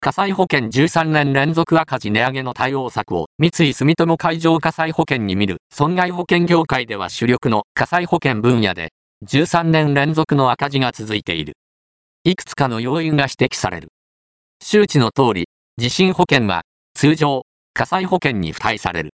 火災保険13年連続赤字値上げの対応策を三井住友海上火災保険に見る損害保険業界では主力の火災保険分野で13年連続の赤字が続いている。いくつかの要因が指摘される。周知の通り、地震保険は通常火災保険に付帯される。